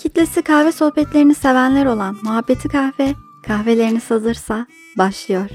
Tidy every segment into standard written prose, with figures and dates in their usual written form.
Kitlesi kahve sohbetlerini sevenler olan Muhabbeti Kahve, kahveleriniz hazırsa başlıyor.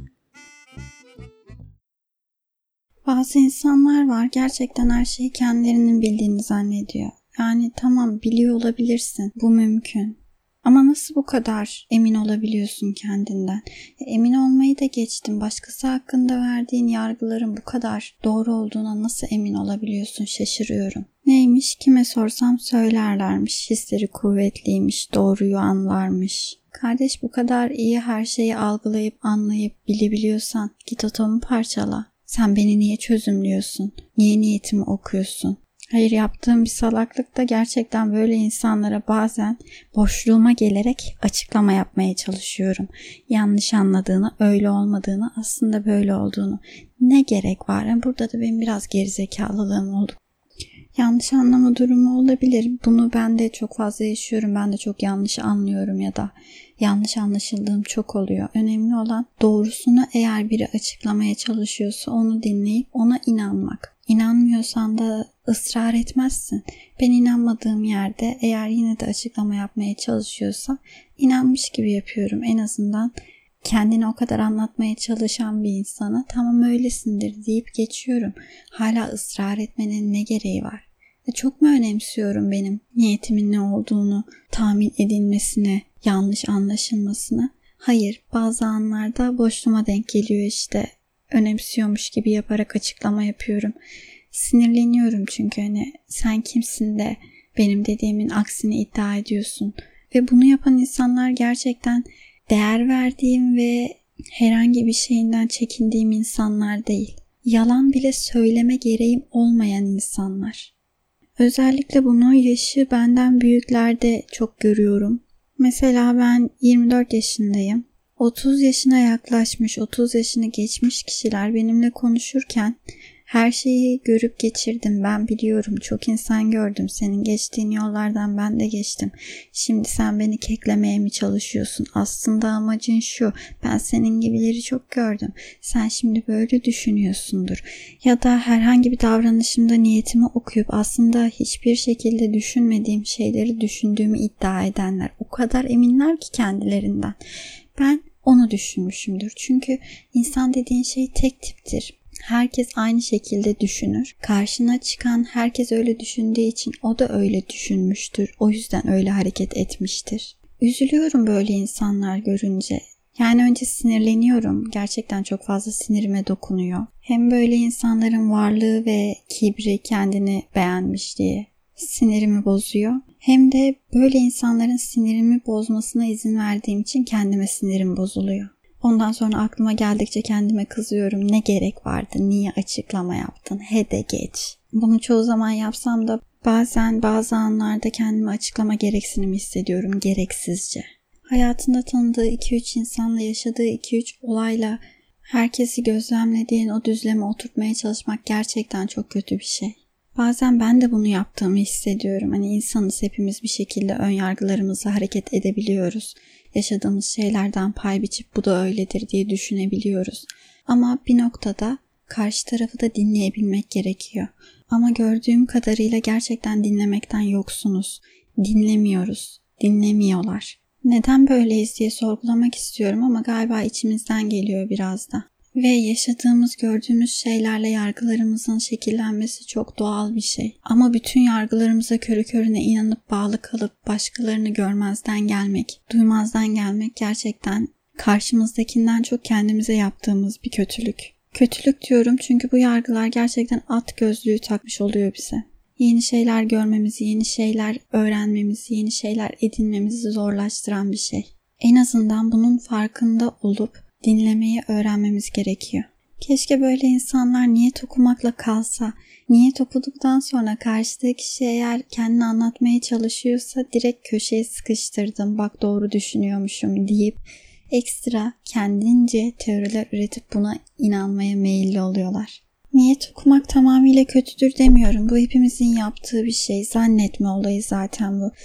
Bazı insanlar var, gerçekten her şeyi kendilerinin bildiğini zannediyor. Yani tamam, biliyor olabilirsin, bu mümkün. Ama nasıl bu kadar emin olabiliyorsun kendinden? Emin olmayı da geçtim. Başkası hakkında verdiğin yargıların bu kadar doğru olduğuna nasıl emin olabiliyorsun? Şaşırıyorum. Neymiş? Kime sorsam söylerlermiş. Hisleri kuvvetliymiş, doğruyu anlarmış. Kardeş, bu kadar iyi her şeyi algılayıp anlayıp bilebiliyorsan git atomu parçala. Sen beni niye çözümlüyorsun? Niye niyetimi okuyorsun? Hayır, yaptığım bir salaklıkta gerçekten böyle insanlara bazen boşluğuma gelerek açıklama yapmaya çalışıyorum. Yanlış anladığını, öyle olmadığını, aslında böyle olduğunu. Ne gerek var? Yani burada da benim biraz gerizekalılığım oldu. Yanlış anlama durumu olabilir. Bunu ben de çok fazla yaşıyorum. Ben de çok yanlış anlıyorum ya da yanlış anlaşıldığım çok oluyor. Önemli olan doğrusunu eğer biri açıklamaya çalışıyorsa onu dinleyip ona inanmak. İnanmıyorsan da ısrar etmezsin. Ben inanmadığım yerde eğer yine de açıklama yapmaya çalışıyorsa inanmış gibi yapıyorum. En azından kendini o kadar anlatmaya çalışan bir insana tamam öylesindir deyip geçiyorum. Hala ısrar etmenin ne gereği var? Çok mu önemsiyorum benim niyetimin ne olduğunu tahmin edilmesine, yanlış anlaşılmasına? Hayır, bazı anlarda boşluğuma denk geliyor işte. Önemsiyormuş gibi yaparak açıklama yapıyorum. Sinirleniyorum çünkü sen kimsin de benim dediğimin aksini iddia ediyorsun. Ve bunu yapan insanlar gerçekten değer verdiğim ve herhangi bir şeyinden çekindiğim insanlar değil. Yalan bile söyleme gereğim olmayan insanlar. Özellikle bunu yaşı benden büyüklerde çok görüyorum. Mesela ben 24 yaşındayım. 30 yaşına yaklaşmış, 30 yaşını geçmiş kişiler benimle konuşurken her şeyi görüp geçirdim. Ben biliyorum, çok insan gördüm. Senin geçtiğin yollardan ben de geçtim. Şimdi sen beni keklemeye mi çalışıyorsun? Aslında amacın şu. Ben senin gibileri çok gördüm. Sen şimdi böyle düşünüyorsundur. Ya da herhangi bir davranışımda niyetimi okuyup aslında hiçbir şekilde düşünmediğim şeyleri düşündüğümü iddia edenler. O kadar eminler ki kendilerinden. Ben onu düşünmüşümdür. Çünkü insan dediğin şey tek tiptir. Herkes aynı şekilde düşünür. Karşına çıkan herkes öyle düşündüğü için o da öyle düşünmüştür. O yüzden öyle hareket etmiştir. Üzülüyorum böyle insanlar görünce. Yani önce sinirleniyorum. Gerçekten çok fazla sinirime dokunuyor. Hem böyle insanların varlığı ve kibri, kendini beğenmiş diye sinirimi bozuyor. Hem de böyle insanların sinirimi bozmasına izin verdiğim için kendime sinirim bozuluyor. Ondan sonra aklıma geldikçe kendime kızıyorum. Ne gerek vardı? Niye açıklama yaptın? He de geç. Bunu çoğu zaman yapsam da bazen bazı anlarda kendime açıklama gereksinimi hissediyorum gereksizce. Hayatında tanıdığı 2-3 insanla yaşadığı 2-3 olayla herkesi gözlemlediğin o düzleme oturtmaya çalışmak gerçekten çok kötü bir şey. Bazen ben de bunu yaptığımı hissediyorum. İnsanız, hepimiz bir şekilde ön yargılarımızla hareket edebiliyoruz. Yaşadığımız şeylerden pay biçip bu da öyledir diye düşünebiliyoruz. Ama bir noktada karşı tarafı da dinleyebilmek gerekiyor. Ama gördüğüm kadarıyla gerçekten dinlemekten yoksunuz. Dinlemiyoruz, dinlemiyorlar. Neden böyleyiz diye sorgulamak istiyorum ama galiba içimizden geliyor biraz da. Ve yaşadığımız, gördüğümüz şeylerle yargılarımızın şekillenmesi çok doğal bir şey. Ama bütün yargılarımıza körü körüne inanıp bağlı kalıp başkalarını görmezden gelmek, duymazdan gelmek gerçekten karşımızdakinden çok kendimize yaptığımız bir kötülük. Kötülük diyorum çünkü bu yargılar gerçekten at gözlüğü takmış oluyor bize. Yeni şeyler görmemizi, yeni şeyler öğrenmemizi, yeni şeyler edinmemizi zorlaştıran bir şey. En azından bunun farkında olup dinlemeyi öğrenmemiz gerekiyor. Keşke böyle insanlar niyet okumakla kalsa, niyet okuduktan sonra karşıdaki kişi eğer kendini anlatmaya çalışıyorsa direkt köşeye sıkıştırdım, bak doğru düşünüyormuşum deyip ekstra kendince teoriler üretip buna inanmaya meyilli oluyorlar. Niyet okumak tamamıyla kötüdür demiyorum. Bu hepimizin yaptığı bir şey. Zannetme olayı zaten bu.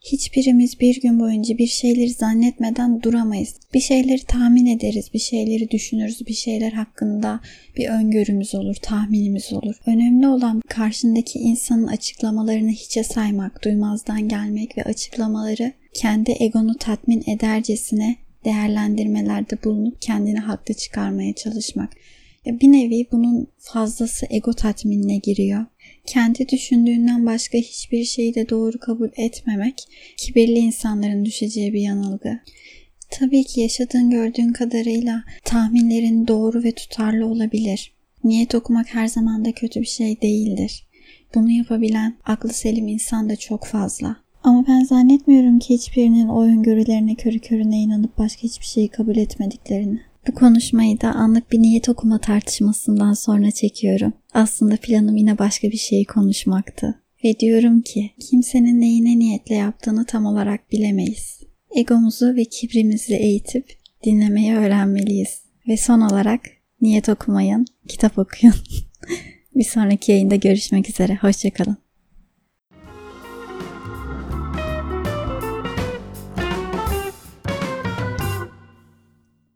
Hiçbirimiz bir gün boyunca bir şeyleri zannetmeden duramayız. Bir şeyleri tahmin ederiz, bir şeyleri düşünürüz, bir şeyler hakkında bir öngörümüz olur, tahminimiz olur. Önemli olan karşındaki insanın açıklamalarını hiçe saymak, duymazdan gelmek ve açıklamaları kendi egonu tatmin edercesine değerlendirmelerde bulunup kendini haklı çıkarmaya çalışmak. Bir nevi bunun fazlası ego tatminine giriyor. Kendi düşündüğünden başka hiçbir şeyi de doğru kabul etmemek, kibirli insanların düşeceği bir yanılgı. Tabii ki yaşadığın, gördüğün kadarıyla tahminlerin doğru ve tutarlı olabilir. Niyet okumak her zaman da kötü bir şey değildir. Bunu yapabilen aklı selim insan da çok fazla. Ama ben zannetmiyorum ki hiçbirinin o öngörülerine körü körüne inanıp başka hiçbir şeyi kabul etmediklerini. Bu konuşmayı da anlık bir niyet okuma tartışmasından sonra çekiyorum. Aslında planım yine başka bir şeyi konuşmaktı. Ve diyorum ki kimsenin neyine niyetle yaptığını tam olarak bilemeyiz. Egomuzu ve kibrimizi eğitip dinlemeyi öğrenmeliyiz. Ve son olarak niyet okumayın, kitap okuyun. Bir sonraki yayında görüşmek üzere. Hoşça kalın.